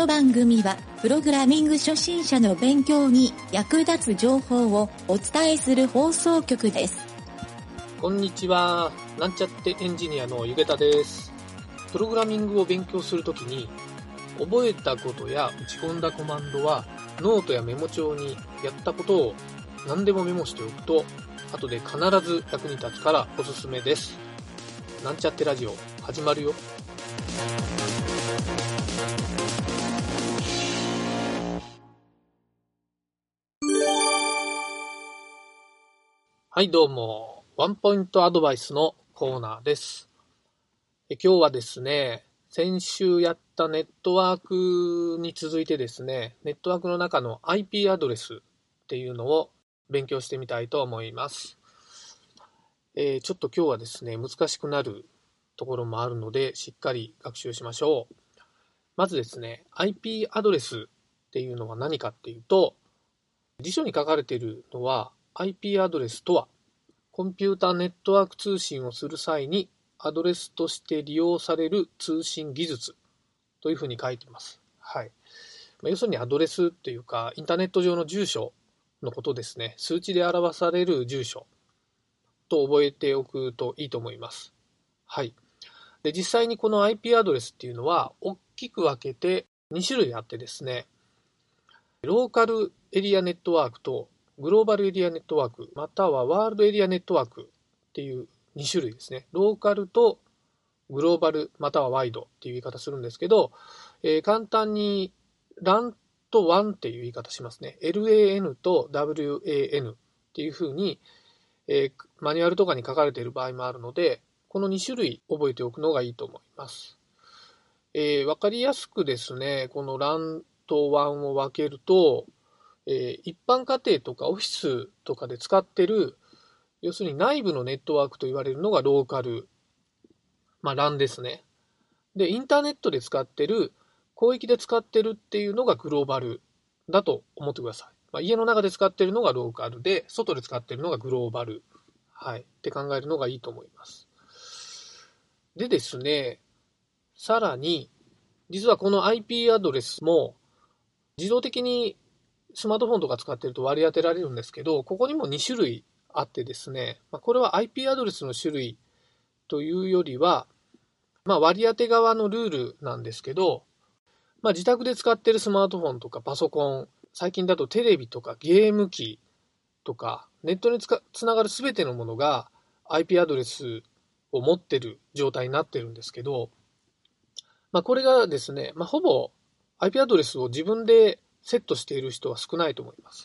の番組はプログラミング初心者の勉強に役立つ情報をお伝えする放送局です。 こんにちは。なんちゃってエンジニアのゆげたです。プログラミングを勉強するときに覚えたことや打ち込んだコマンドはノートやメモ帳にやったことを何でもメモしておくと後で必ず役に立つからおすすめです。なんちゃってラジオ始まるよ。はいどうも、ワンポイントアドバイスのコーナーです。今日はですね、先週やったネットワークに続いてですね、ネットワークの中の IP アドレスっていうのを勉強してみたいと思います。ちょっと今日はですね、難しくなるところもあるので、しっかり学習しましょう。まずですね、IP アドレスっていうのは何かっていうと、辞書に書かれているのは、IP アドレスとは、コンピュータネットワーク通信をする際にアドレスとして利用される通信技術というふうに書いています。はい。要するにアドレスっていうか、インターネット上の住所のことですね。数値で表される住所と覚えておくといいと思います。はい。で、実際にこの IP アドレスっていうのは大きく分けて2種類あってですね、ローカルエリアネットワークとグローバルエリアネットワーク、またはワールドエリアネットワークっていう2種類ですね。ローカルとグローバル、またはワイドっていう言い方するんですけど、簡単に LAN と WAN っていう言い方しますね。LAN と WAN っていうふうに、マニュアルとかに書かれている場合もあるので、この2種類覚えておくのがいいと思います。わかりやすくですね、この LAN と WAN を分けると、一般家庭とかオフィスとかで使っている、要するに内部のネットワークと言われるのがローカル、LAN ですね。で、インターネットで使ってる、広域で使ってるっていうのがグローバルだと思ってください。家の中で使ってるのがローカルで、外で使ってるのがグローバル。はい。って考えるのがいいと思います。でですね、さらに、実はこの IP アドレスも自動的にスマートフォンとか使ってると割り当てられるんですけど、ここにも2種類あってですね、これは IP アドレスの種類というよりは、割り当て側のルールなんですけど、自宅で使ってるスマートフォンとかパソコン、最近だとテレビとかゲーム機とか、ネットにつながるすべてのものが IP アドレスを持ってる状態になってるんですけど、これがですね、ほぼ IP アドレスを自分でセットしている人は少ないと思います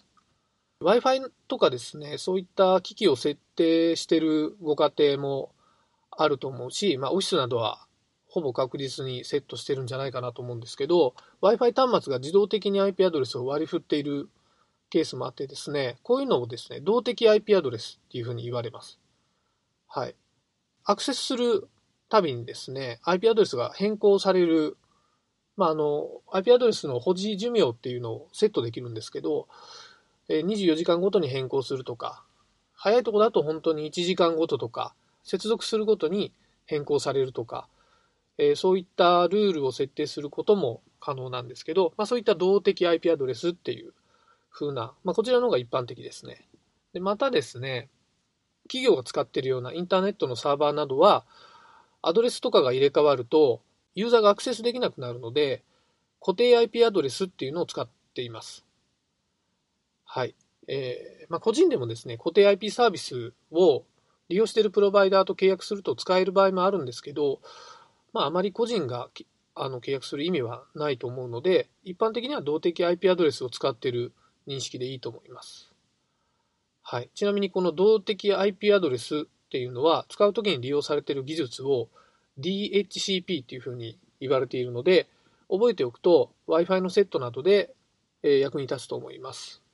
。Wi-Fi とかですね、そういった機器を設定しているご家庭もあると思うし、オフィスなどはほぼ確実にセットしてるんじゃないかなと思うんですけど、Wi-Fi 端末が自動的に IP アドレスを割り振っているケースもあってですね、こういうのをですね、動的 IP アドレスっていうふうに言われます。はい。アクセスするたびにですね、IP アドレスが変更される、IP アドレスの保持寿命っていうのをセットできるんですけど、24時間ごとに変更するとか、早いところだと本当に1時間ごととか、接続するごとに変更されるとか、そういったルールを設定することも可能なんですけど、そういった動的 IP アドレスっていう風な、こちらの方が一般的ですね。で、またですね、企業が使っているようなインターネットのサーバーなどは、アドレスとかが入れ替わると、ユーザーがアクセスできなくなるので、固定 IP アドレスっていうのを使っています。はい。個人でもですね、固定 IP サービスを利用しているプロバイダーと契約すると使える場合もあるんですけど、あまり個人が契約する意味はないと思うので、一般的には動的 IP アドレスを使っている認識でいいと思います。はい。ちなみにこの動的 IP アドレスっていうのは、使うときに利用されている技術を DHCP っていうふうに言われているので、覚えておくと Wi-Fi のセットなどで役に立つと思います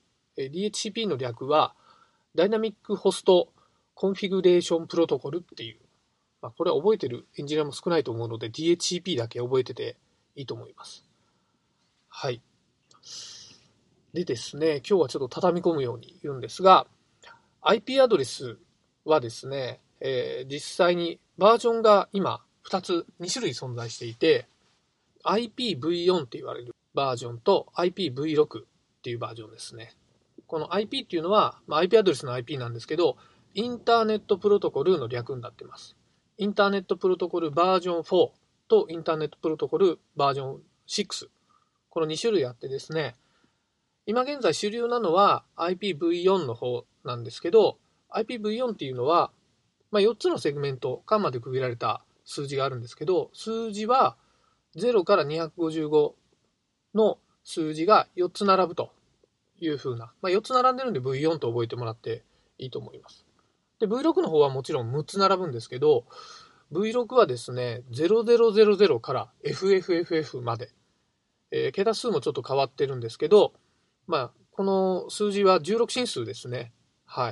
。DHCP の略はダイナミックホストコンフィグレーションプロトコルっていう、これは覚えてるエンジニアも少ないと思うので DHCP だけ覚えてていいと思います。はい。でですね、今日はちょっと畳み込むように言うんですが、IP アドレスはですね、実際にバージョンが今2種類存在していて、IPv4 って言われるバージョンと IPv6 っていうバージョンですね。この IP っていうのは、IP アドレスの IP なんですけど、インターネットプロトコルの略になっています。インターネットプロトコルバージョン4とインターネットプロトコルバージョン6。この2種類あってですね、今現在主流なのは IPv4 の方なんですけど、IPv4 っていうのは、4つのセグメント、間まで区切られた数字があるんですけど、数字は0から255の数字が4つ並ぶという風な、4つ並んでるんで V4 と覚えてもらっていいと思います。で、V6 の方はもちろん6つ並ぶんですけど、V6 はですね、0000から FFFF まで、桁数もちょっと変わってるんですけど、この数字は16進数ですね。はい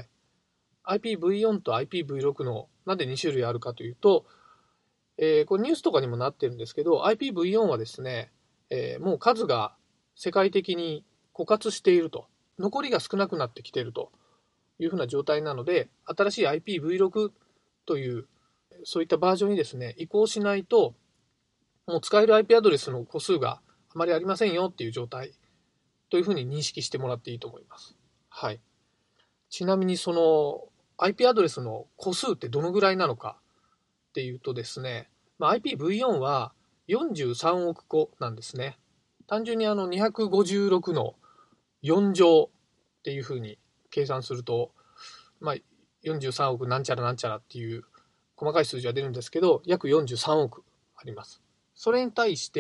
。IPv4 と IPv6 のなんで2種類あるかというと、これニュースとかにもなってるんですけど、IPv4 はですね、もう数が世界的に枯渇していると、残りが少なくなってきているというふうな状態なので、新しい IPv6 というそういったバージョンにですね、移行しないと、もう使える IP アドレスの個数があまりありませんよっていう状態というふうに認識してもらっていいと思います。はい。ちなみにその IP アドレスの個数ってどのぐらいなのかっていうとですね、IPv4 は43億個なんですね。単純に256の4乗っていうふうに計算すると、43億なんちゃらなんちゃらっていう細かい数字が出るんですけど、約43億あります。それに対して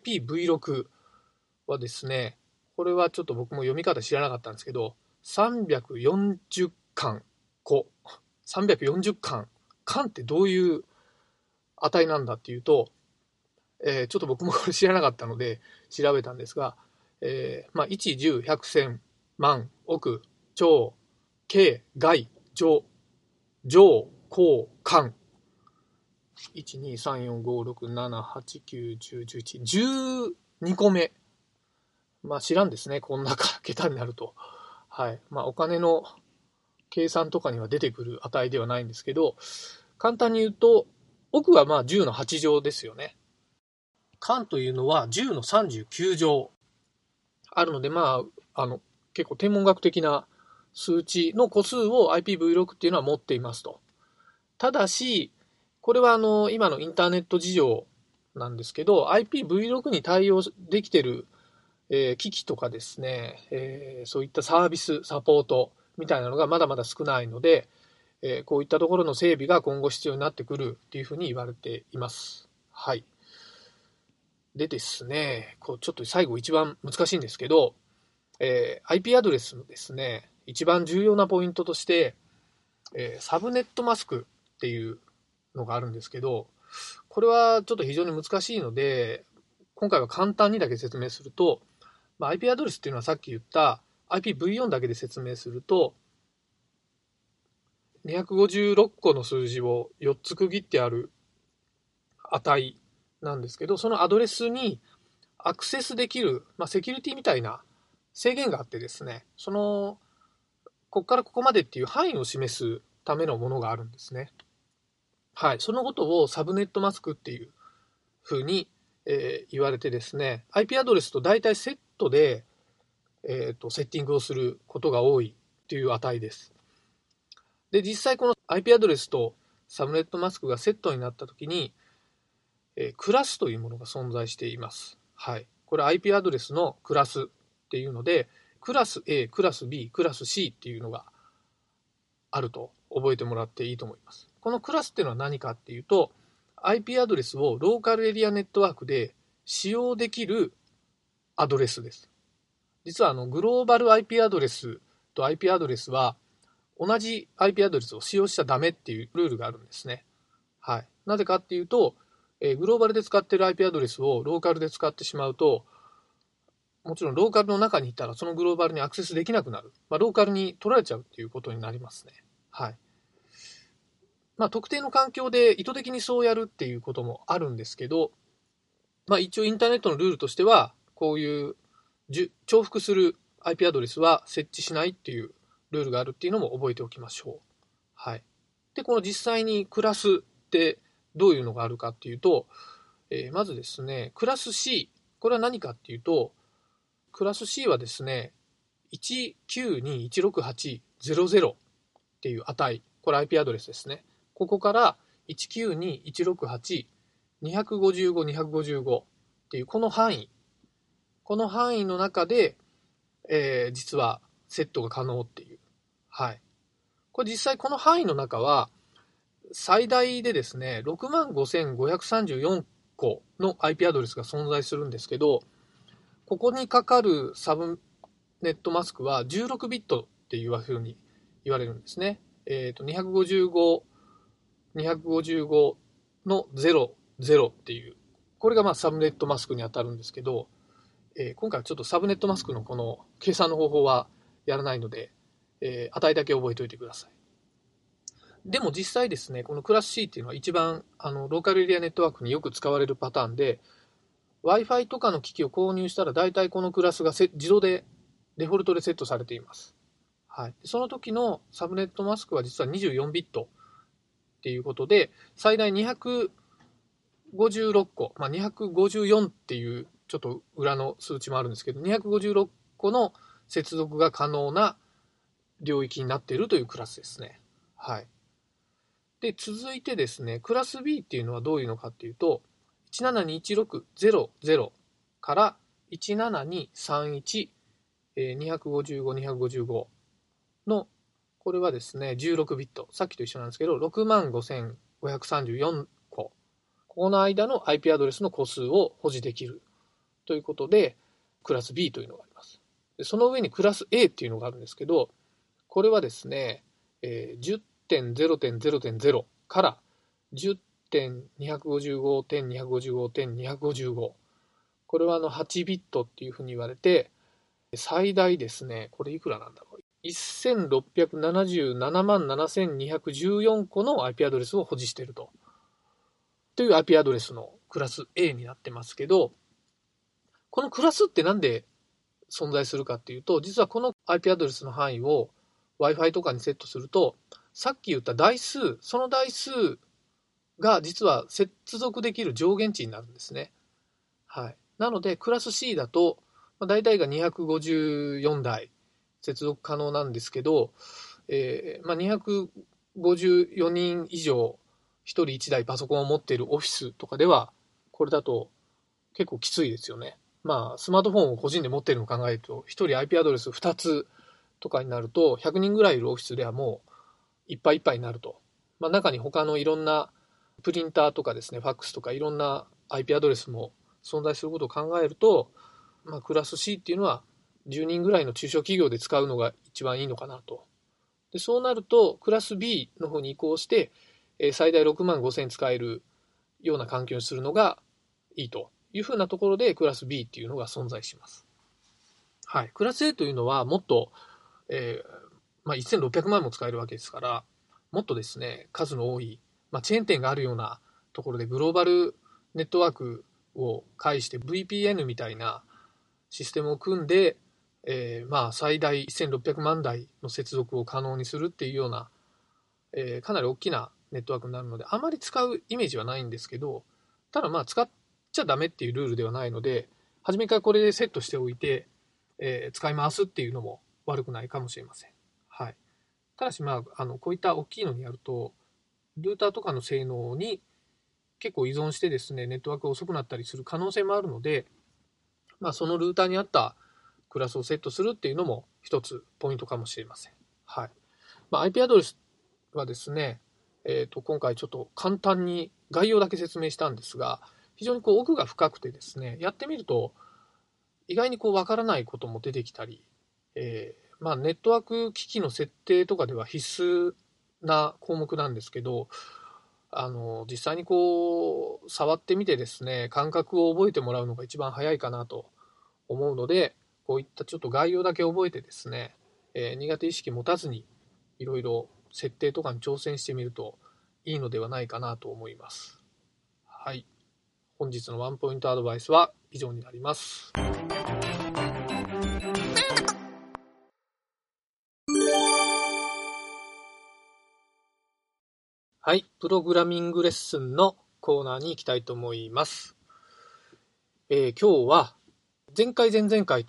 IPv6 はですね、これはちょっと僕も読み方知らなかったんですけど、340巻個。340巻。巻ってどういう値なんだっていうと、ちょっと僕もこれ知らなかったので調べたんですが、1、10、100、1000、万、億、兆、京、外、上、上、高、間。1、2、3、4、5、6、7、8、9、10、11、12個目。知らんですね。こんな桁になると。はい。お金の計算とかには出てくる値ではないんですけど、簡単に言うと、億は10の8乗ですよね。間というのは10の39乗あるので、結構天文学的な数値の個数を IPv6 っていうのは持っていますと。ただし、これは今のインターネット事情なんですけど、IPv6 に対応できている、機器とかですね、そういったサービス、サポートみたいなのがまだまだ少ないので、こういったところの整備が今後必要になってくるっていうふうに言われています。はい。でですね、ちょっと最後一番難しいんですけど、IP アドレスのですね、一番重要なポイントとして、サブネットマスクっていうのがあるんですけど、これはちょっと非常に難しいので、今回は簡単にだけ説明すると、IP アドレスっていうのはさっき言った IPv4 だけで説明すると、256個の数字を4つ区切ってある値なんですけど、そのアドレスにアクセスできる、セキュリティみたいな制限があってですね、ここからここまでっていう範囲を示すためのものがあるんですね。はい。そのことをサブネットマスクっていうふうに、言われてですね、IP アドレスと大体セットで、セッティングをすることが多いという値です。で、実際この IP アドレスとサブネットマスクがセットになったときに、クラスというものが存在しています。はい。これ IP アドレスのクラスっていうので、クラス A、クラス B、クラス C っていうのがあると覚えてもらっていいと思います。このクラスっていうのは何かっていうと、IP アドレスをローカルエリアネットワークで使用できるアドレスです。実はグローバル IP アドレスと IP アドレスは同じ IP アドレスを使用しちゃダメっていうルールがあるんですね。はい。なぜかっていうと、グローバルで使っている IP アドレスをローカルで使ってしまうと、もちろんローカルの中にいたらそのグローバルにアクセスできなくなる。ローカルに取られちゃうっていうことになりますね。はい。特定の環境で意図的にそうやるっていうこともあるんですけど、一応インターネットのルールとしては、こういう重複する IP アドレスは設置しないっていうルールがあるっていうのも覚えておきましょう。はい。で、この実際にクラスってどういうのがあるかっていうと、まずですね、クラス C、これは何かっていうと、 クラス C はですね、192.168.00っていう値、これ IP アドレスですね。ここから192.168.255.255っていうこの範囲の中で、実はセットが可能っていう。はい。これ実際この範囲の中は、最大でですね、65,534 個の IP アドレスが存在するんですけど、ここにかかるサブネットマスクは16ビットっていうふうに言われるんですね。255の00っていう、これがまあサブネットマスクに当たるんですけど、今回はちょっとサブネットマスクのこの計算の方法はやらないので、値だけ覚えておいてください。でも実際ですね、このクラス C っていうのは一番ローカルエリアネットワークによく使われるパターンで、Wi-Fi とかの機器を購入したら大体このクラスが自動でデフォルトでセットされています。はい、その時のサブネットマスクは実は24ビットっていうことで、最大256個、まあ、254っていうちょっと裏の数値もあるんですけど、256個の接続が可能な領域になっているというクラスですね。はい。で、続いてですね、クラス B っていうのはどういうのかっていうと、172.168.255から172.31255、255の、これはですね、16ビット。さっきと一緒なんですけど、65,534個。ここの間の IP アドレスの個数を保持できるということで、クラス B というのがあります。でその上にクラス A っていうのがあるんですけど、これはですね、10.0.0.0 から10.255.255.255。これは8ビットっていうふうに言われて、最大ですね、これいくらなんだろう。1677万7214個の IP アドレスを保持しているという IP アドレスのクラス A になってますけど、このクラスってなんで存在するかっていうと、実はこの IP アドレスの範囲を Wi-Fi とかにセットすると、さっき言った台数、その台数が実は接続できる上限値になるんですね。はい。なので、クラス C だと、大体が254台接続可能なんですけど、254人以上、1人1台パソコンを持っているオフィスとかでは、これだと結構きついですよね。スマートフォンを個人で持っているのを考えると、1人 IP アドレス2つとかになると、100人ぐらいいるオフィスではもういっぱいいっぱいになると。中に他のいろんなプリンターとかですね、ファックスとかいろんな IP アドレスも存在することを考えると、クラス C っていうのは10人ぐらいの中小企業で使うのが一番いいのかなと。でそうなると、クラス B の方に移行して、最大6万5000使えるような環境にするのがいいというふうなところで、クラス B っていうのが存在します。はい。クラス A というのはもっと、1600万も使えるわけですから、もっとですね、数の多い、チェーン店があるようなところでグローバルネットワークを介して VPN みたいなシステムを組んで、最大1600万台の接続を可能にするっていうような、かなり大きなネットワークになるので、あまり使うイメージはないんですけど、ただ使っちゃダメっていうルールではないので、初めからこれでセットしておいて、使い回すっていうのも悪くないかもしれません。はい。ただし、こういった大きいのにやると、ルーターとかの性能に結構依存してですね、ネットワークが遅くなったりする可能性もあるので、そのルーターに合ったクラスをセットするっていうのも一つポイントかもしれません。はい。IP アドレスはですね、今回ちょっと簡単に概要だけ説明したんですが、非常に奥が深くてですね、やってみると意外にわからないことも出てきたり、ネットワーク機器の設定とかでは必須な項目なんですけど、実際に触ってみてですね、感覚を覚えてもらうのが一番早いかなと思うので、こういったちょっと概要だけ覚えてですね、苦手意識持たずにいろいろ設定とかに挑戦してみるといいのではないかなと思います。はい。本日のワンポイントアドバイスは以上になります。はい。プログラミングレッスンのコーナーに行きたいと思います。今日は前回前々回と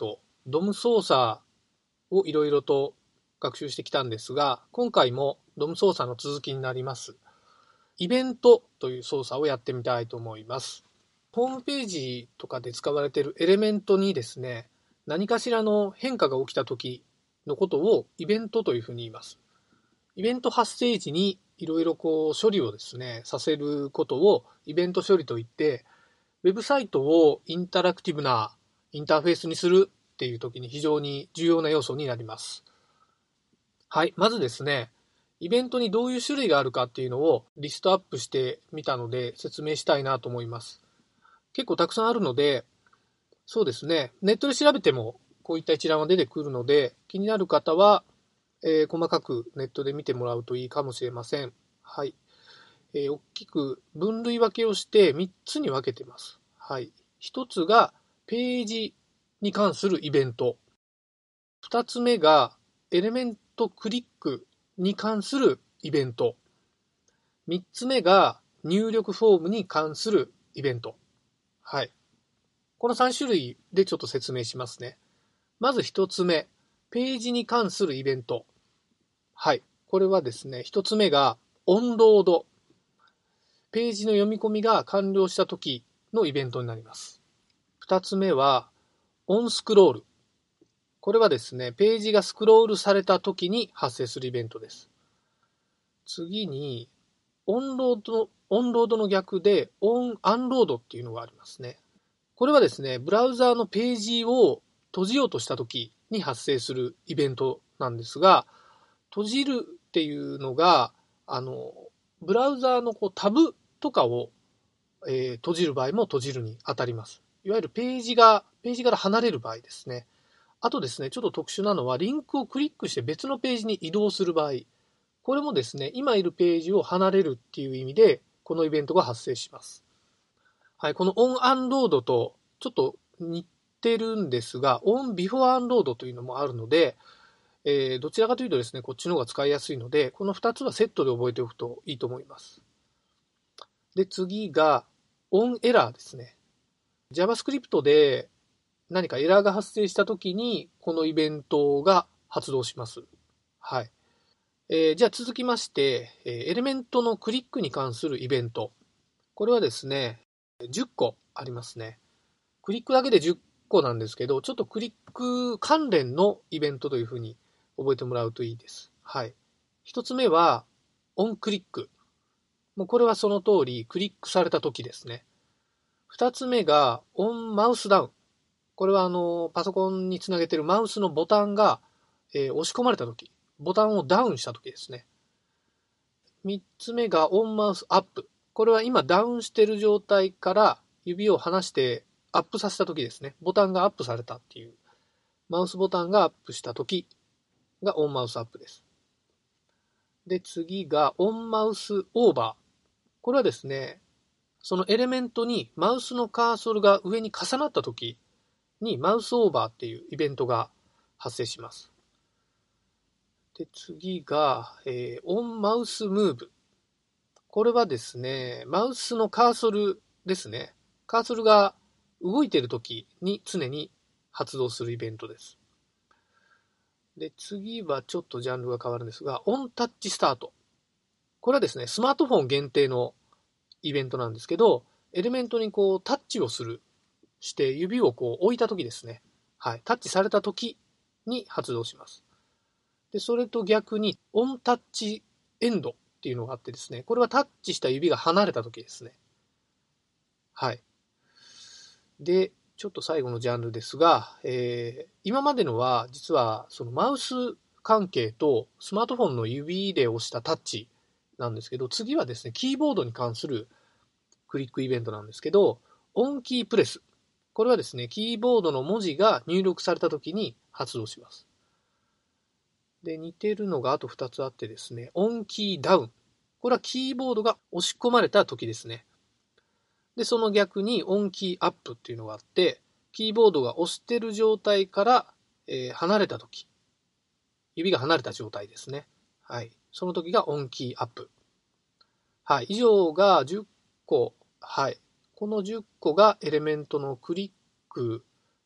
DOM 操作をいろいろと学習してきたんですが、今回も DOM 操作の続きになります。イベントという操作をやってみたいと思います。ホームページとかで使われているエレメントにですね、何かしらの変化が起きた時のことをイベントというふうに言います。イベント発生時にいろいろ処理をですね、させることをイベント処理といって、ウェブサイトをインタラクティブなインターフェースにするっていう時に非常に重要な要素になります。はい、まずですね、イベントにどういう種類があるかっていうのをリストアップしてみたので説明したいなと思います。結構たくさんあるので、そうですね、ネットで調べてもこういった一覧は出てくるので、気になる方は、細かくネットで見てもらうといいかもしれません。はい。大きく分類分けをして3つに分けています。はい。1つがページに関するイベント。2つ目がエレメントクリックに関するイベント。3つ目が入力フォームに関するイベント。はい。この3種類でちょっと説明しますね。まず1つ目、ページに関するイベント。はい。これはですね、1つ目がオンロード。ページの読み込みが完了した時のイベントになります。2つ目はオンスクロール。これはですね、ページがスクロールされた時に発生するイベントです。次に、オンロードの逆でアンロードっていうのがありますね。これはですね、ブラウザーのページを閉じようとした時に発生するイベントなんですが、閉じるっていうのが、ブラウザーのタブとかを、閉じる場合も閉じるに当たります。いわゆるページから離れる場合ですね。あとですね、ちょっと特殊なのは、リンクをクリックして別のページに移動する場合、これもですね、今いるページを離れるっていう意味で、このイベントが発生します。はい、このオンアンロードとちょっと似てるんですが、オンビフォーアンロードというのもあるので、どちらかというとですね、こっちの方が使いやすいので、この2つはセットで覚えておくといいと思います。で、次が、オンエラーですね。JavaScript で何かエラーが発生したときに、このイベントが発動します。はい。じゃあ続きまして、エレメントのクリックに関するイベント。これはですね、10個ありますね。クリックだけで10個なんですけど、ちょっとクリック関連のイベントというふうに覚えてもらうといいです。はい。一つ目は、オンクリック。もうこれはその通り、クリックされた時ですね。二つ目が、オンマウスダウン。これはパソコンにつなげているマウスのボタンが、押し込まれた時、ボタンをダウンした時ですね。三つ目が、オンマウスアップ。これは今ダウンしている状態から指を離してアップさせた時ですね。ボタンがアップされたっていう。マウスボタンがアップした時がオンマウスアップです。で、次がオンマウスオーバー。これはですね、そのエレメントにマウスのカーソルが上に重なった時にマウスオーバーっていうイベントが発生します。で、次が、オンマウスムーブ。これはですね、マウスのカーソルですね。カーソルが動いている時に常に発動するイベントです。で、次はちょっとジャンルが変わるんですが、オンタッチスタート。これはですね、スマートフォン限定のイベントなんですけど、エレメントにタッチをして指を置いた時ですね。はい。タッチされた時に発動します。で、それと逆に、オンタッチエンドっていうのがあってですね、これはタッチした指が離れた時ですね。はい。で、ちょっと最後のジャンルですが、今までのは実はそのマウス関係とスマートフォンの指で押したタッチなんですけど、次はですね、キーボードに関するクリックイベントなんですけど、オンキープレス。これはですね、キーボードの文字が入力された時に発動します。で、似てるのがあと2つあってですね、オンキーダウン。これはキーボードが押し込まれた時ですね。で、その逆にオンキーアップっていうのがあって、キーボードが押してる状態から、離れた時。指が離れた状態ですね。はい。その時がオンキーアップ。はい。以上が10個。はい。この10個がエレメントのクリック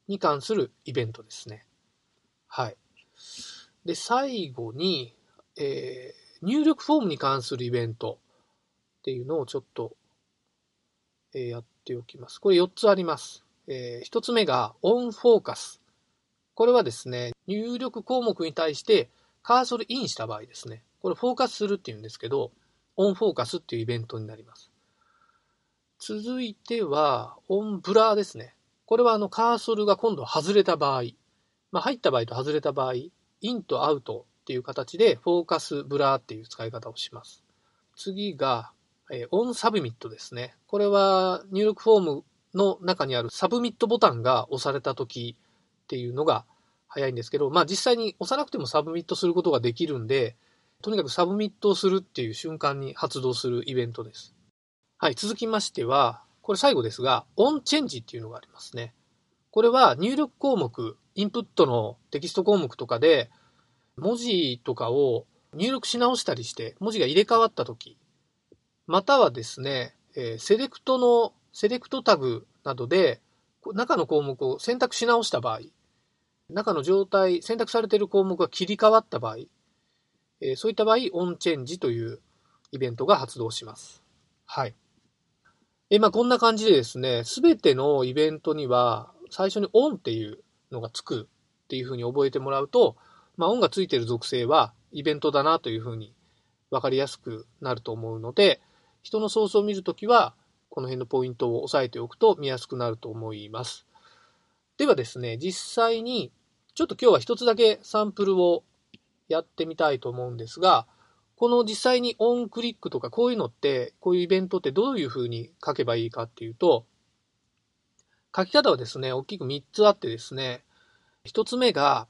に関するイベントですね。はい。で、最後に、入力フォームに関するイベントっていうのをちょっと、やっておきます。これ4つあります。1つ目がオンフォーカス。これはですね、入力項目に対してカーソルインした場合ですね。これフォーカスするっていうんですけど、オンフォーカスっていうイベントになります。続いては、オンブラーですね。これはカーソルが今度外れた場合、入った場合と外れた場合、インとアウトっていう形でフォーカスブラーっていう使い方をします。次が、オンサブミットですね。これは入力フォームの中にあるサブミットボタンが押された時っていうのが早いんですけど、実際に押さなくてもサブミットすることができるんで、とにかくサブミットをするっていう瞬間に発動するイベントです。はい、続きましては、これ最後ですが、オンチェンジっていうのがありますね。これは入力項目、インプットのテキスト項目とかで、文字とかを入力し直したりして、文字が入れ替わったとき、またはですね、セレクトタグなどで、中の項目を選択し直した場合、中の状態、選択されている項目が切り替わった場合、そういった場合、オンチェンジというイベントが発動します。はい。こんな感じでですね、すべてのイベントには、最初にオンっていうのがつくっていうふうに覚えてもらうと、オンがついている属性はイベントだなというふうに分かりやすくなると思うので、人のソースを見るときは、この辺のポイントを押さえておくと見やすくなると思います。ではですね、実際に、ちょっと今日は一つだけサンプルをやってみたいと思うんですが、この実際にオンクリックとかこういうのって、こういうイベントってどういうふうに書けばいいかっていうと、書き方はですね、大きく3つあってですね、1つ目が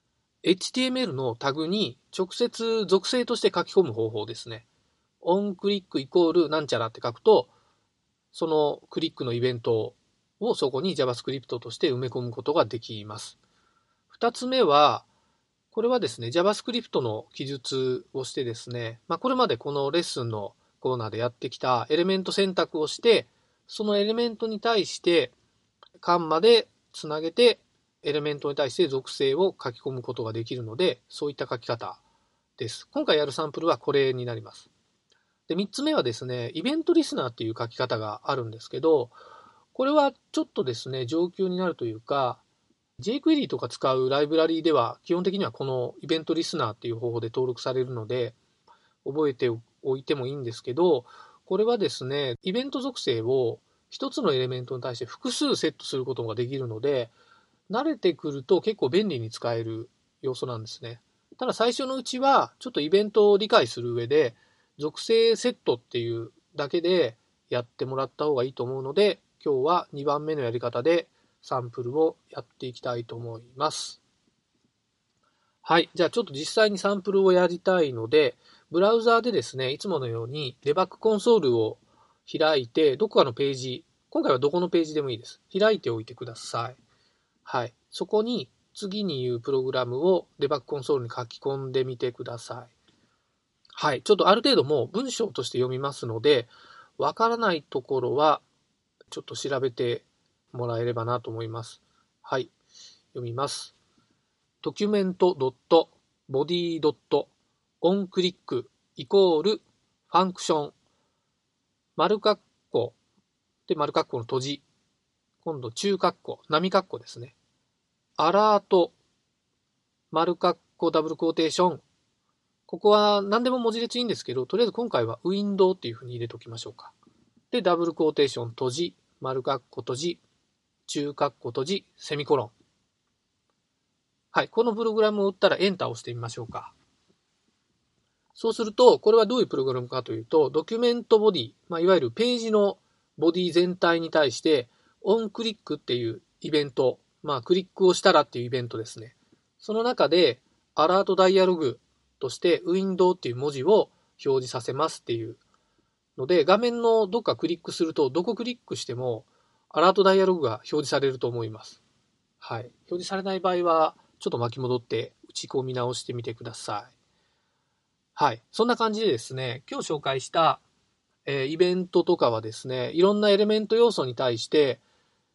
HTML のタグに直接属性として書き込む方法ですね。オンクリックイコールなんちゃらって書くと、そのクリックのイベントをそこに JavaScript として埋め込むことができます。2つ目は、これはですね、JavaScript の記述をしてですね、これまでこのレッスンのコーナーでやってきたエレメント選択をして、そのエレメントに対してカンマでつなげてエレメントに対して属性を書き込むことができるので、そういった書き方です。今回やるサンプルはこれになります。で、3つ目はですね、イベントリスナーっていう書き方があるんですけど、これはちょっとですね、上級になるというか、jQuery とか使うライブラリーでは、基本的にはこのイベントリスナーっていう方法で登録されるので、覚えておいてもいいんですけど、これはですね、イベント属性を一つのエレメントに対して複数セットすることができるので、慣れてくると結構便利に使える要素なんですね。ただ最初のうちは、ちょっとイベントを理解する上で、属性セットっていうだけでやってもらった方がいいと思うので、今日は2番目のやり方でサンプルをやっていきたいと思います。はい。じゃあちょっと実際にサンプルをやりたいので、ブラウザーでですね、いつものようにデバッグコンソールを開いて、どこかのページ、今回はどこのページでもいいです。開いておいてください。はい。そこに次に言うプログラムをデバッグコンソールに書き込んでみてください。はい。ちょっとある程度もう文章として読みますので、わからないところはちょっと調べてもらえればなと思います。はい。読みます。document.body.onClick イコールファンクション丸括弧で丸括弧の閉じ。今度中括弧、波括弧ですね。アラート丸括弧ダブルクォーテーション。ここは何でも文字列いいんですけど、とりあえず今回はウィンドウっていう風に入れておきましょうか。で、ダブルクォーテーション閉じ、丸括弧閉じ、中括弧閉じ、セミコロン。はい。このプログラムを打ったらエンターを押してみましょうか。そうすると、これはどういうプログラムかというと、ドキュメントボディ、いわゆるページのボディ全体に対して、オンクリックっていうイベント、クリックをしたらっていうイベントですね。その中で、アラートダイアログとして、ウィンドウっていう文字を表示させますっていうので、画面のどっかクリックすると、どこクリックしても、アラートダイアログが表示されると思います。はい。表示されない場合は、ちょっと巻き戻って打ち込み直してみてください。はい。そんな感じでですね、今日紹介した、イベントとかはですね、いろんなエレメント要素に対して、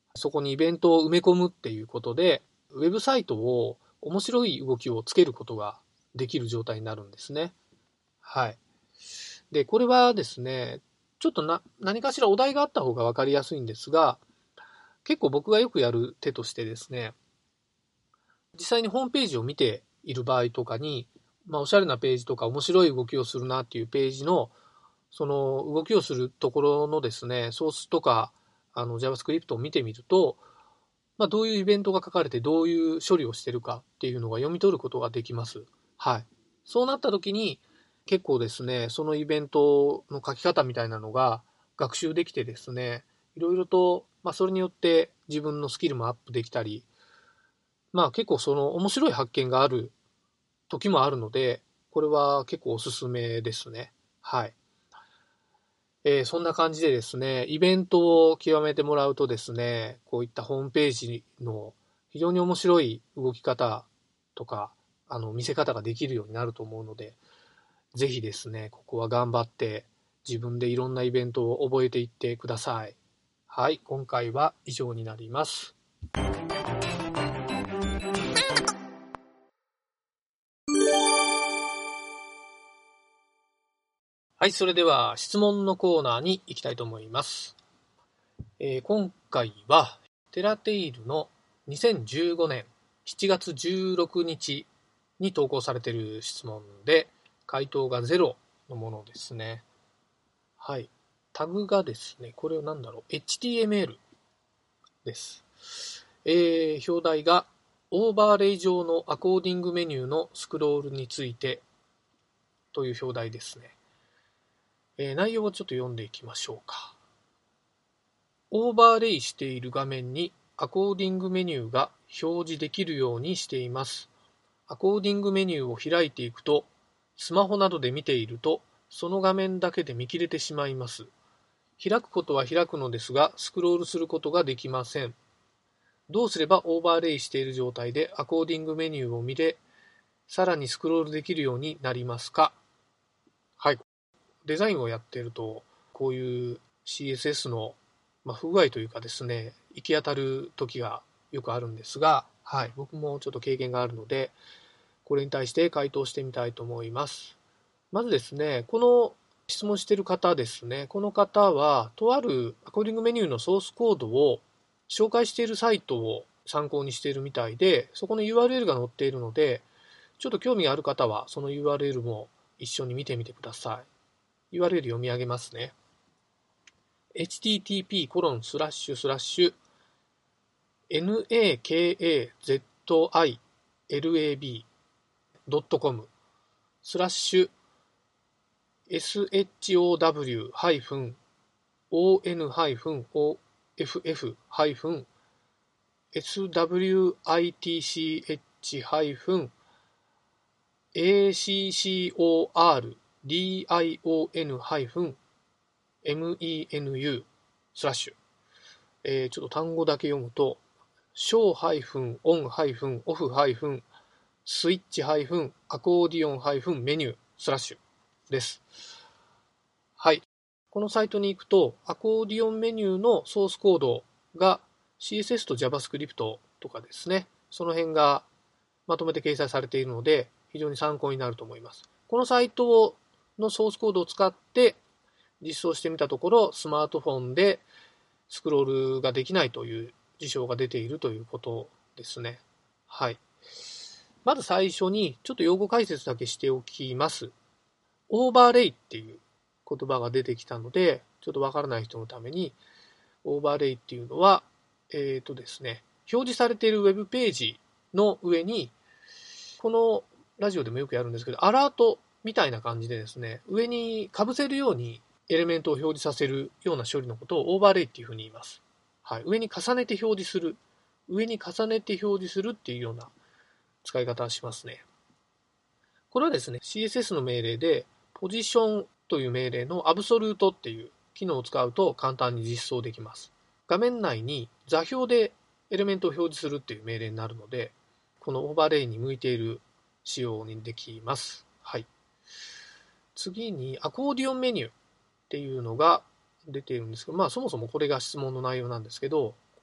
そこにイベントを埋め込むっていうことで、ウェブサイトを面白い動きをつけることができる状態になるんですね。はい。で、これはですね、ちょっと何かしらお題があった方が分かりやすいんですが、結構僕がよくやる手としてですね、実際にホームページを見ている場合とかに、おしゃれなページとか面白い動きをするなっていうページの、その動きをするところのですね、ソースとかJavaScript を見てみると、どういうイベントが書かれてどういう処理をしているかっていうのが読み取ることができます。はい。そうなった時に結構ですね、そのイベントの書き方みたいなのが学習できてですね、いろいろと、それによって自分のスキルもアップできたり、結構その面白い発見がある時もあるので、これは結構おすすめですね。はい。そんな感じでですね、イベントを極めてもらうとですね、こういったホームページの非常に面白い動き方とか、見せ方ができるようになると思うので、ぜひですね、ここは頑張って自分でいろんなイベントを覚えていってください。はい、今回は以上になります。はい、それでは質問のコーナーに行きたいと思います。今回はテラテイルの2015年7月16日に投稿されている質問で、回答が0のものですね。はい。タグがですね、これは何だろう、HTML です。表題がオーバーレイ上のアコーディングメニューのスクロールについてという表題ですね。内容をちょっと読んでいきましょうか。オーバーレイしている画面にアコーディングメニューが表示できるようにしています。アコーディングメニューを開いていくと、スマホなどで見ていると、その画面だけで見切れてしまいます。開くことは開くのですが、スクロールすることができません。どうすればオーバーレイしている状態でアコーディングメニューを見れ、さらにスクロールできるようになりますか？はい。デザインをやっていると、こういう CSS の不具合というかですね、行き当たる時がよくあるんですが、はい、僕もちょっと経験があるので、これに対して回答してみたいと思います。まずですね、この質問している方ですね、この方は、とあるアコーディングメニューのソースコードを紹介しているサイトを参考にしているみたいで、そこの URL が載っているので、ちょっと興味がある方は、その URL も一緒に見てみてください。URL 読み上げますね。nakazilab.comスラッシュ show-switch-accorddion-menu スラッシュ、ちょっと単語だけ読むと show-on-off-switch-accordion-menu スラッシュです。はい。このサイトに行くと、アコーディオンメニューのソースコードが CSS と JavaScript とかですね、その辺がまとめて掲載されているので、非常に参考になると思います。このサイトのソースコードを使って実装してみたところ、スマートフォンでスクロールができないという事象が出ているということですね。はい。まず最初にちょっと用語解説だけしておきます。オーバーレイっていう言葉が出てきたので、ちょっとわからない人のために、オーバーレイっていうのは、ですね、表示されているウェブページの上に、このラジオでもよくやるんですけど、アラートみたいな感じでですね、上に被せるようにエレメントを表示させるような処理のことをオーバーレイっていうふうに言います。はい。上に重ねて表示する。上に重ねて表示するっていうような使い方をしますね。これはですね、CSS の命令で、ポジションという命令のアブソルートっていう機能を使うと簡単に実装できます。画面内に座標でエレメントを表示するっていう命令になるので、このオーバーレイに向いている仕様にできます。はい。次に、アコーディオンメニューっていうのが出ているんですけど、そもそもこれが質問の内容なんですけど、こ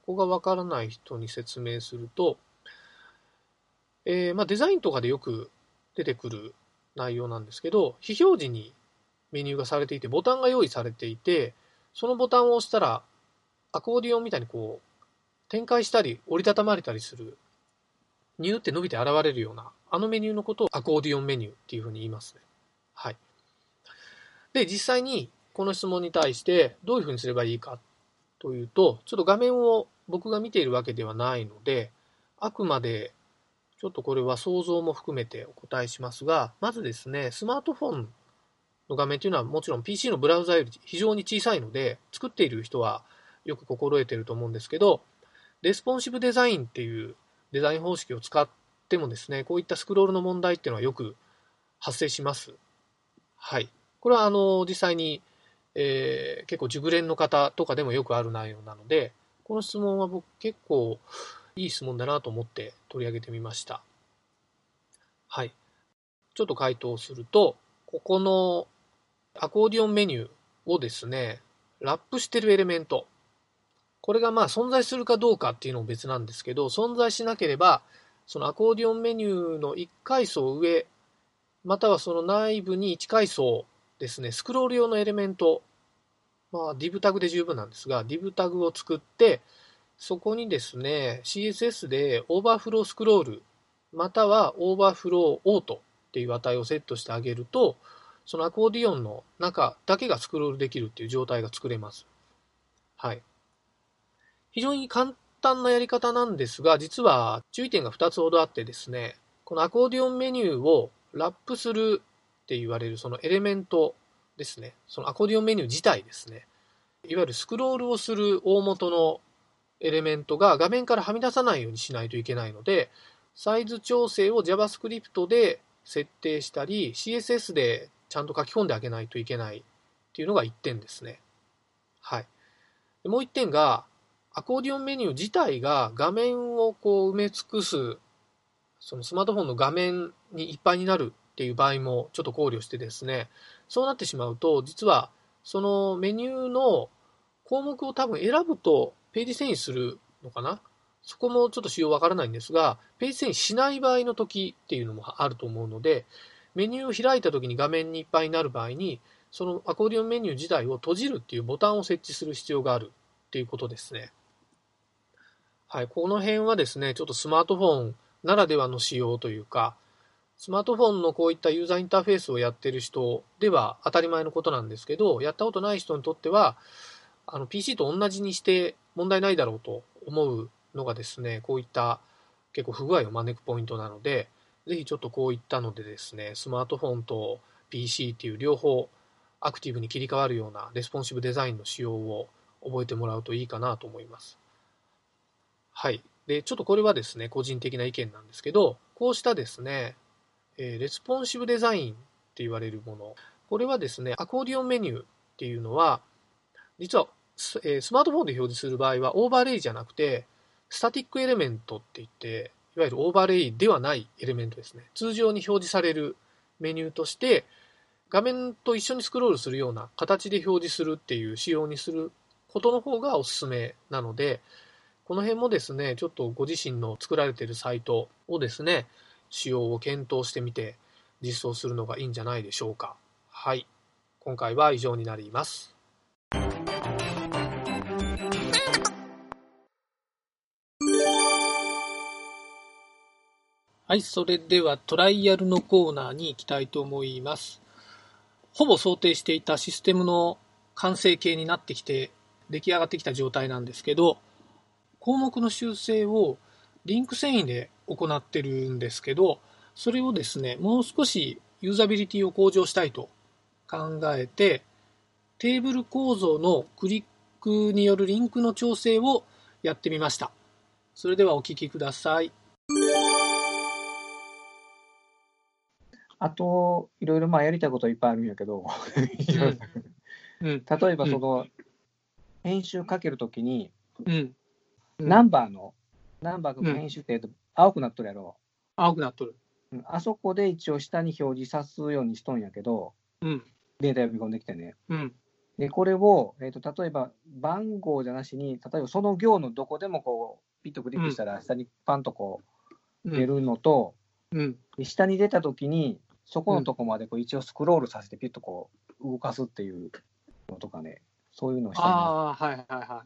こがわからない人に説明すると、デザインとかでよく出てくる内容なんですけど、非表示にメニューがされていて、ボタンが用意されていて、そのボタンを押したら、アコーディオンみたいにこう、展開したり、折りたたまれたりする、ニューって伸びて現れるような、あのメニューのことをアコーディオンメニューっていうふうに言いますね。はい。で、実際にこの質問に対してどういうふうにすればいいかというと、ちょっと画面を僕が見ているわけではないので、あくまでちょっとこれは想像も含めてお答えしますが、まずですね、スマートフォンの画面というのはもちろん PC のブラウザより非常に小さいので、作っている人はよく心得ていると思うんですけど、レスポンシブデザインっていうデザイン方式を使ってもですね、こういったスクロールの問題っていうのはよく発生します。はい。これは実際に、結構熟練の方とかでもよくある内容なので、この質問は僕結構いい質問だなと思って取り上げてみました。はい。ちょっと回答すると、ここのアコーディオンメニューをですね、ラップしてるエレメント、これが存在するかどうかっていうのも別なんですけど、存在しなければ、そのアコーディオンメニューの1階層上、またはその内部に1階層ですね、スクロール用のエレメント、div タグで十分なんですが、div タグを作って、そこにですね、CSS でオーバーフロースクロール、またはオーバーフローオートっていう値をセットしてあげると、そのアコーディオンの中だけがスクロールできるっていう状態が作れます。はい。非常に簡単なやり方なんですが、実は注意点が2つほどあってですね、このアコーディオンメニューをラップするって言われるそのエレメントですね、そのアコーディオンメニュー自体ですね、いわゆるスクロールをする大元のエレメントが画面からはみ出さないようにしないといけないので、サイズ調整を JavaScript で設定したり、CSS でちゃんと書き込んであげないといけないっていうのが1点ですね。はい。もう1点が、アコーディオンメニュー自体が画面をこう埋め尽くす、そのスマートフォンの画面にいっぱいになるっていう場合もちょっと考慮してですね、そうなってしまうと、実はそのメニューの項目を多分選ぶとページ遷移するのかな、そこもちょっと仕様わからないんですが、ページ遷移しない場合の時っていうのもあると思うので、メニューを開いた時に画面にいっぱいになる場合に、そのアコーディオンメニュー自体を閉じるっていうボタンを設置する必要があるっていうことですね。はい、この辺はですね、ちょっとスマートフォンならではの仕様というか、スマートフォンのこういったユーザーインターフェースをやってる人では当たり前のことなんですけど、やったことない人にとっては、PC と同じにして問題ないだろうと思うのがですね、こういった結構不具合を招くポイントなので、ぜひちょっとこういったのでですね、スマートフォンと PC っていう両方アクティブに切り替わるようなレスポンシブデザインの仕様を覚えてもらうといいかなと思います。はい。で、ちょっとこれはですね、個人的な意見なんですけど、こうしたですね、レスポンシブデザインって言われるもの、これはですね、アコーディオンメニューっていうのは、実はスマートフォンで表示する場合はオーバーレイじゃなくて、スタティックエレメントって言って、いわゆるオーバーレイではないエレメントですね。通常に表示されるメニューとして、画面と一緒にスクロールするような形で表示するっていう仕様にすることの方がおすすめなので、この辺もですね、ちょっとご自身の作られているサイトをですね、仕様を検討してみて実装するのがいいんじゃないでしょうか。はい。今回は以上になります。はい、それではトライアルのコーナーに行きたいと思います。ほぼ想定していたシステムの完成形になってきて、出来上がってきた状態なんですけど、項目の修正をリンク遷移で行ってるんですけど、それをですね、もう少しユーザビリティを向上したいと考えて、テーブル構造のクリックによるリンクの調整をやってみました。それではお聞きください。 あと、いろいろやりたいことはいっぱいあるんやけど、例えば編集かけるときに、ナンバーが編集って青くなっとるやろ。 青くなっとる。 あそこで一応下に表示さすようにしとんやけど、データ呼び込んできてね。 で、これを、例えば番号じゃなしに、例えばその行のどこでもこう、ピッとクリックしたら、下にパンとこう出るのと、で下に出たときに、そこのとこまでこう一応スクロールさせて、ピッとこう動かすっていうのとかね、そういうのをしたいな。 はいはいはい。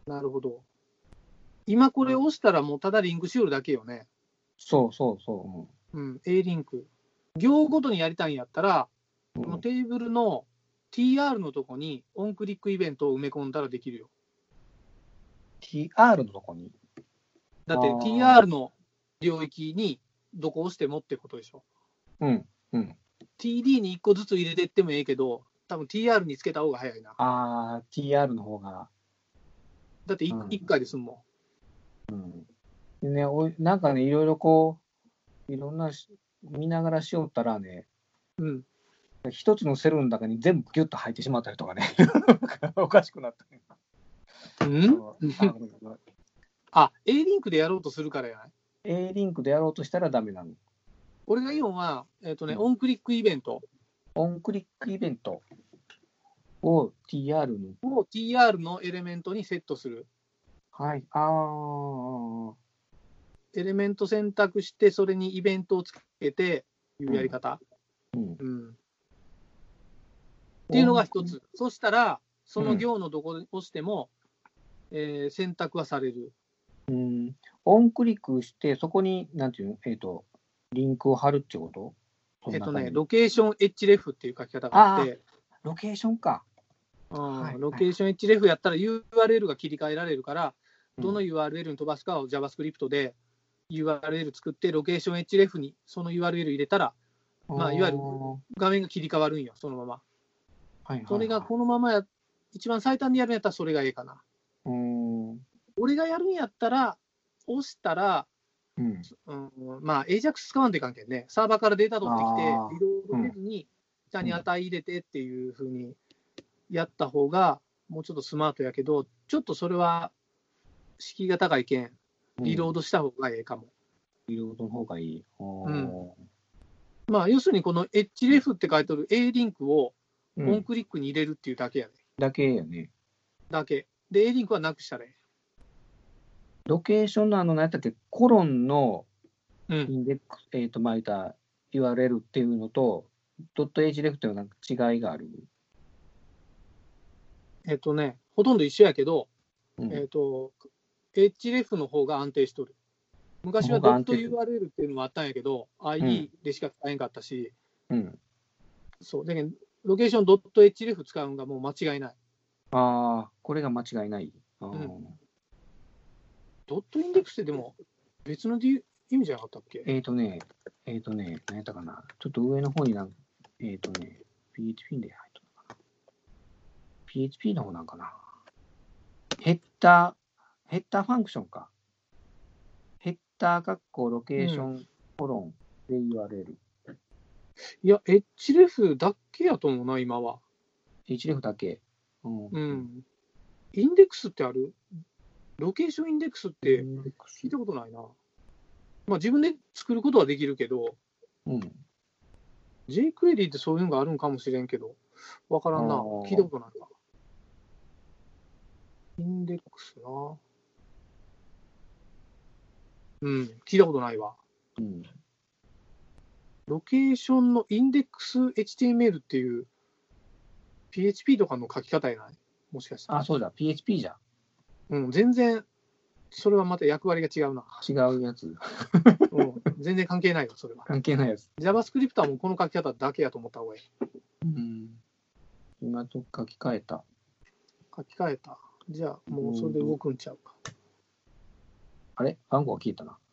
なるほど。今これ押したらもうただリンクしよるだけよね。 そうそうそう。 A リンク。行ごとにやりたいんやったら、このテーブルの TR のとこにオンクリックイベントを埋め込んだらできるよ。 TR のとこにだって TR の領域にどこ押してもってことでしょ。TD に1個ずつ入れていってもいいけど、多分 TR につけた方が早いな。 TR の方が。 だって 1回で済むもん。でね、なんかね、いろいろこう、いろんな見ながらしよったらね、一つのセルの中に全部ギュッと入ってしまったりとかね、おかしくなったね。 A リンクでやろうとするからやない？ A リンクでやろうとしたらダメなの。 俺が言うのは、オンクリックイベント。 オンクリックイベントを TR に。 TR のエレメントにセットする。 はい。 エレメント選択して、それにイベントをつけていうやり方。っていうのが一つ。そしたら、その行のどこで押しても、選択はされる。 オンクリックして、そこに、なんていうの、リンクを貼るってこと？ ロケーション href っていう書き方があって。 ロケーションか。 ロケーション href やったら URL が切り替えられるから、どの URL に飛ばすかを JavaScript で URL 作って、ロケーション href にその URL 入れたら、いわゆる画面が切り替わるんよ、そのまま。それがこのまま一番最短でやるんやったらそれがいいかな。俺がやるんやったら、押したら、AJAX 使わんといかんけんね、サーバーからデータ取ってきて、リロードせずに、下に値入れてっていうふうにやった方が、もうちょっとスマートやけど、ちょっとそれは敷居が高いけん、リロードした方がいいかも。 リロードの方がいい。 要するにこの href って書いてある A リンクをオンクリックに入れるっていうだけやね。 だけやね。 だけ。で、A リンクはなくしたらいい。 ロケーションの何やったっけ、コロンのインデックス、巻いた URL っていうのと、ドット href というのは違いがある。 ほとんど一緒やけど、href の方が安定しとる。昔はドット URL っていうのもあったんやけど、ID でしか使えんかったし、そう。だけど、ロケーションドット href 使うのがもう間違いない。 これが間違いない。 ドットインデックスってでも別の意味じゃなかったっけ？ 何やったかな。ちょっと上の方にPHP で入ったのかな。PHP の方なんかな。ヘッダーファンクションか。ヘッダーロケーションコロンで URL。 いや、href だけやと思うな、今は。 href だけ。 インデックスってある？ロケーションインデックスって聞いたことないな。自分で作ることはできるけど、jQuery ってそういうのがあるんかもしれんけど、わからんな。聞いたことないわ。インデックスな。聞いたことないわ。ロケーションのインデックス HTML っていう PHP とかの書き方やない？もしかしたら。 そうだ、PHP じゃん。 全然、それはまた役割が違うな。 違うやつ。 全然関係ないよ、それは。 関係ないやつ。 JavaScript はもうこの書き方だけやと思った方がいい。 今と書き換えた。 じゃあ、もうそれで動くんちゃうか。 あれ？番号が消えたな。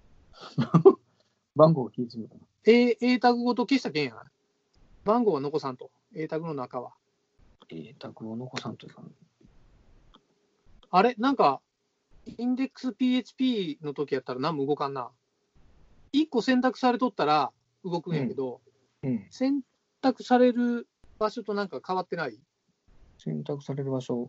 番号が消えてるのかな。 A タグごと消したけんやない？番号は残さんと。A タグの中は。 A タグを残さんというか。 あれ？なんか、インデックス PHP の時やったら何も動かんな。1個選択されとったら動くんやけど、選択される場所となんか変わってない？ 選択される場所。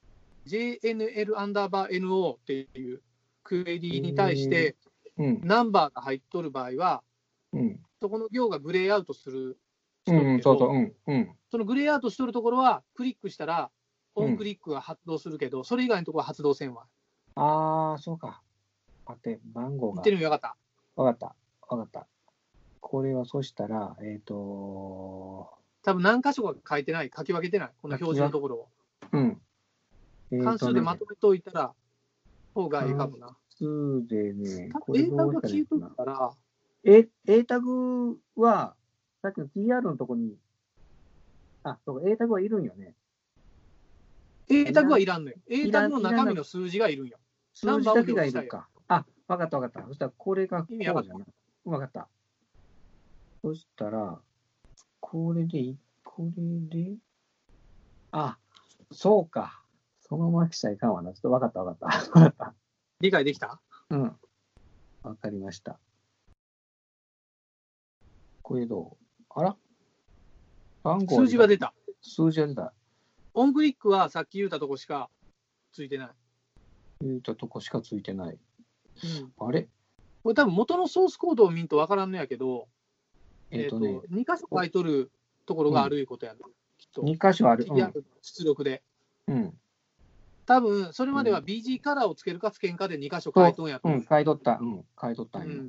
JNL_NO っていうクエリに対して、ナンバーが入っとる場合は、そこの行がグレーアウトするしとるけど、 そのグレーアウトしとるところは、クリックしたら、オンクリックが発動するけど、それ以外のところは発動せんわ。 ああ、そうか。待って、番号が。 言ってるのよかった。 わかった。これはそしたら、 多分何箇所か書いてない、書き分けてない、この表示のところを。関数でまとめておいたら、方がいいかもな。 関数でね、 これ A タグが消えとったら、 A タグは、さっきの TR のとこに、そうか、A タグはいるんよね。 A タグはいらんのよ。A タグの中身の数字がいるんよ。 数字だけがいるか。わかった。そしたらこれがこうじゃな。わかった。そしたら、これで、そうか。そのまましちゃいかんわな。ちょっとわかった。 理解できた？ わかりました。これどう？番号数字は出た。 オンクリックはさっき言ったとこしかついてない。あれ？これ多分元のソースコードを見んとわからんのやけど、2箇所書いとるところがあるいうことやな、きっと。 2箇所ある。 出力で。多分それまでは BG カラーをつけるかつけんかで2箇所書いとんやと。 書いとったんや。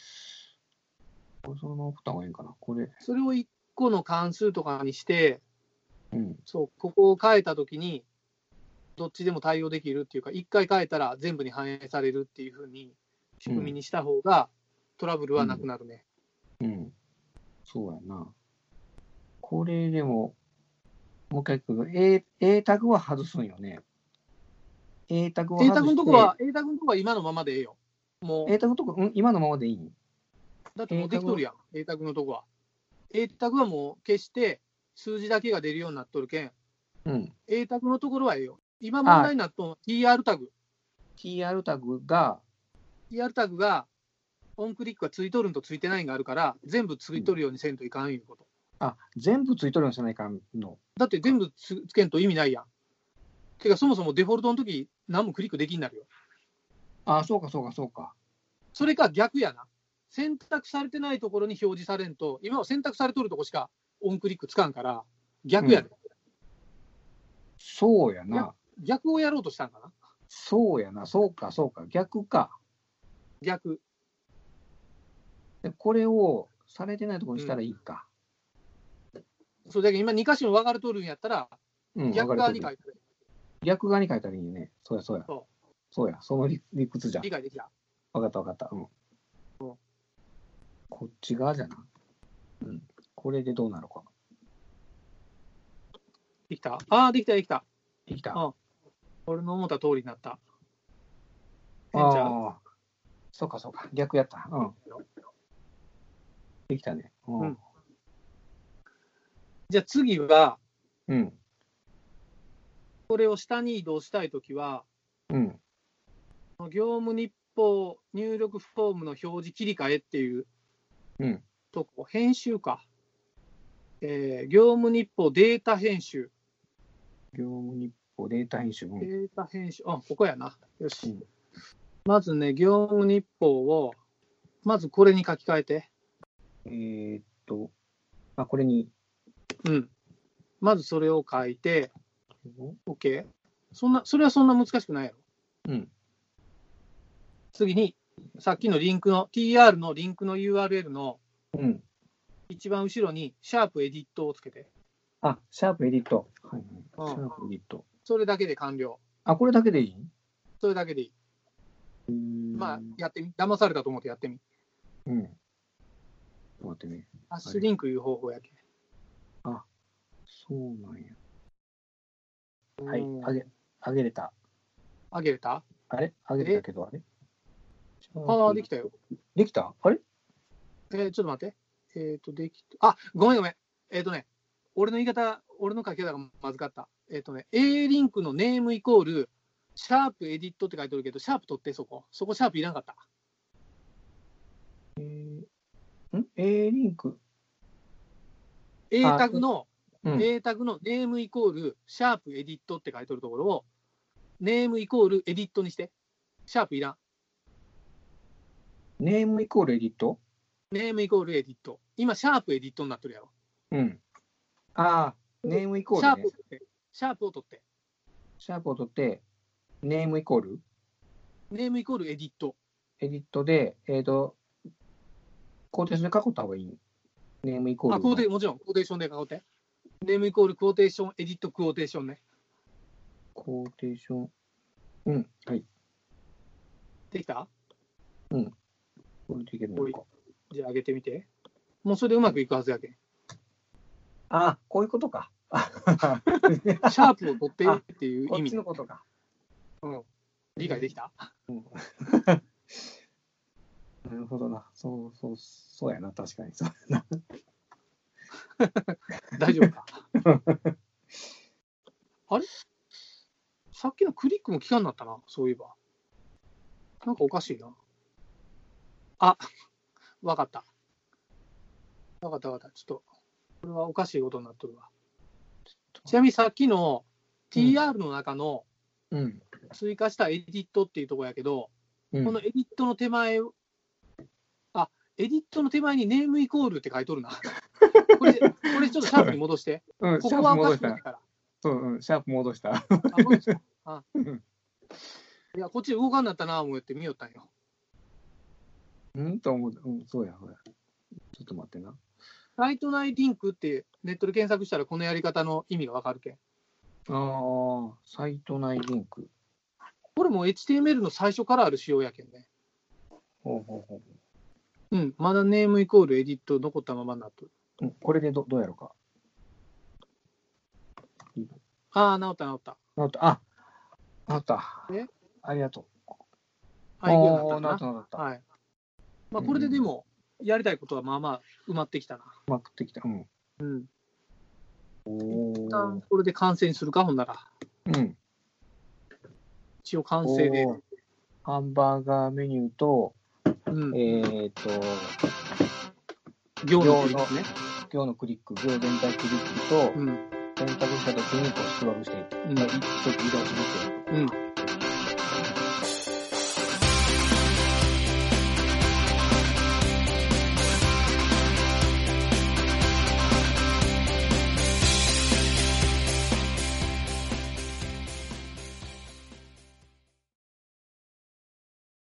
そのまま送った方がいいんかな、これ。 それを1個の関数とかにして、ここを変えたときに、どっちでも対応できるっていうか、1回変えたら全部に反映されるっていうふうに仕組みにした方が、トラブルはなくなるね。 そうやな。これでも、もう一回言うけど、A タグは外すんよね。A タグのとこは今のままでええよ。もう A タグのとこ、今のままでいい？ だってもうできとるやん、A タグのとこは。A タグはもう消して、数字だけが出るようになっとるけん、A タグのところはええよ。今問題になっとんの TR タグ。 TR タグが、 オンクリックがついとるんとついてないんがあるから、全部ついとるようにせんといかんいうこと。 全部ついとるようにせないかんの。 だって全部つけんと意味ないやん。てか、そもそもデフォルトの時何もクリックできんなるよ。 そうか。 それか逆やな。選択されてないところに表示されんと、今は選択されとるとこしかオンクリックつかんから、逆やで。 そうやな。 逆をやろうとしたんかな。 そうやな。そうか。逆か。 逆。 でこれをされてないところにしたらいいか。 そうだけど今2箇所に分かれとるんやったら、逆側に書いてる。 逆側に書いたらいいね。そうや。そうや。その理屈じゃん。 理解できた。 分かった。こっち側じゃな。これでどうなるか。 できた？できた。俺の思った通りになった。 そうか。逆やった。できたね。 じゃあ次は、これを下に移動したいときは、業務日報入力フォームの表示切り替えっていうとこ、編集か。業務日報データ編集。ここやな。よし。まずね、業務日報を、まずこれに書き換えて。 これに。 まずそれを書いて、OK。それはそんな難しくないやろ。次に、さっきのリンクの、TR のリンクの URL の、一番後ろに、シャープエディットをつけて。 シャープエディット。シャープエディット。 それだけで完了。 これだけでいい？ それだけでいい。やってみ。騙されたと思ってやってみ。 待ってね。 ハッシュリンクいう方法やけ。 そうなんや。はい、あげれた。 あげれた？ あれあげれたけど、あれできたよ。 できた？あれちょっと待って。できた。ごめん。俺の言い方、俺の書き方がまずかった。A リンクのネームイコール、シャープエディットって書いてるけど、シャープ取って、そこシャープいらんかった。 A リンク A タグのネームイコール、シャープエディットって書いてるところを、ネームイコールエディットにして。シャープいらん。 ネームイコールエディット？ ネームイコールエディット。今、シャープエディットになってるやろ。 うん。ああ、ネームイコール、ね。 シャープを取って。 シャープを取って、ネームイコールネームイコールエディット。 エディットで、コーテーションで囲った方がいい。ネームイコール。 もちろん、コーテーションで囲って。ネームイコールクォーテーション、エディットクォーテーションね。 コーテーション。うん、はい。 できた？ うん。これでいけるのか。 じゃあ上げてみて。もうそれでうまくいくはずやけん。 あ、こういうことか。 シャープを取ってっていう意味。 こっちのことか。 うん。理解できた？ うん。なるほどな。そうやな。確かに。そうやな。 大丈夫か？あれ？さっきのクリックも効かんなったな。そういえば。なんかおかしいな。あ、わかった。ちょっと、これはおかしいことになっとるわ。ちなみにさっきの TR の中の追加したエディットっていうところやけど、このエディットの手前、エディットの手前にネームイコールって書いとるな。これちょっとシャープに戻して。 うん、 ここはおかしくないから。 うん、シャープ戻した。 戻した。いや、こっち動かんなったな思って見よったんよ。 と思う。そうや。ちょっと待ってな。 サイト内リンクってネットで検索したらこのやり方の意味がわかるけん。 サイト内リンク。 これも HTML の最初からある仕様やけんね。うん、まだネームイコールエディット残ったままになっとる。 これでどうやろうか。 治った。 治った。ありがとう。 治った。はい。まあ、これででも、やりたいことはまあまあ埋まってきたな。 埋まってきた。 うん。一旦これで完成にするか、ほんなら。一応完成で。 ハンバーガーメニューと、 行のクリックね。 行のクリック、行全体クリックと、選択したときにこうスクロールして、一時移動するっていう。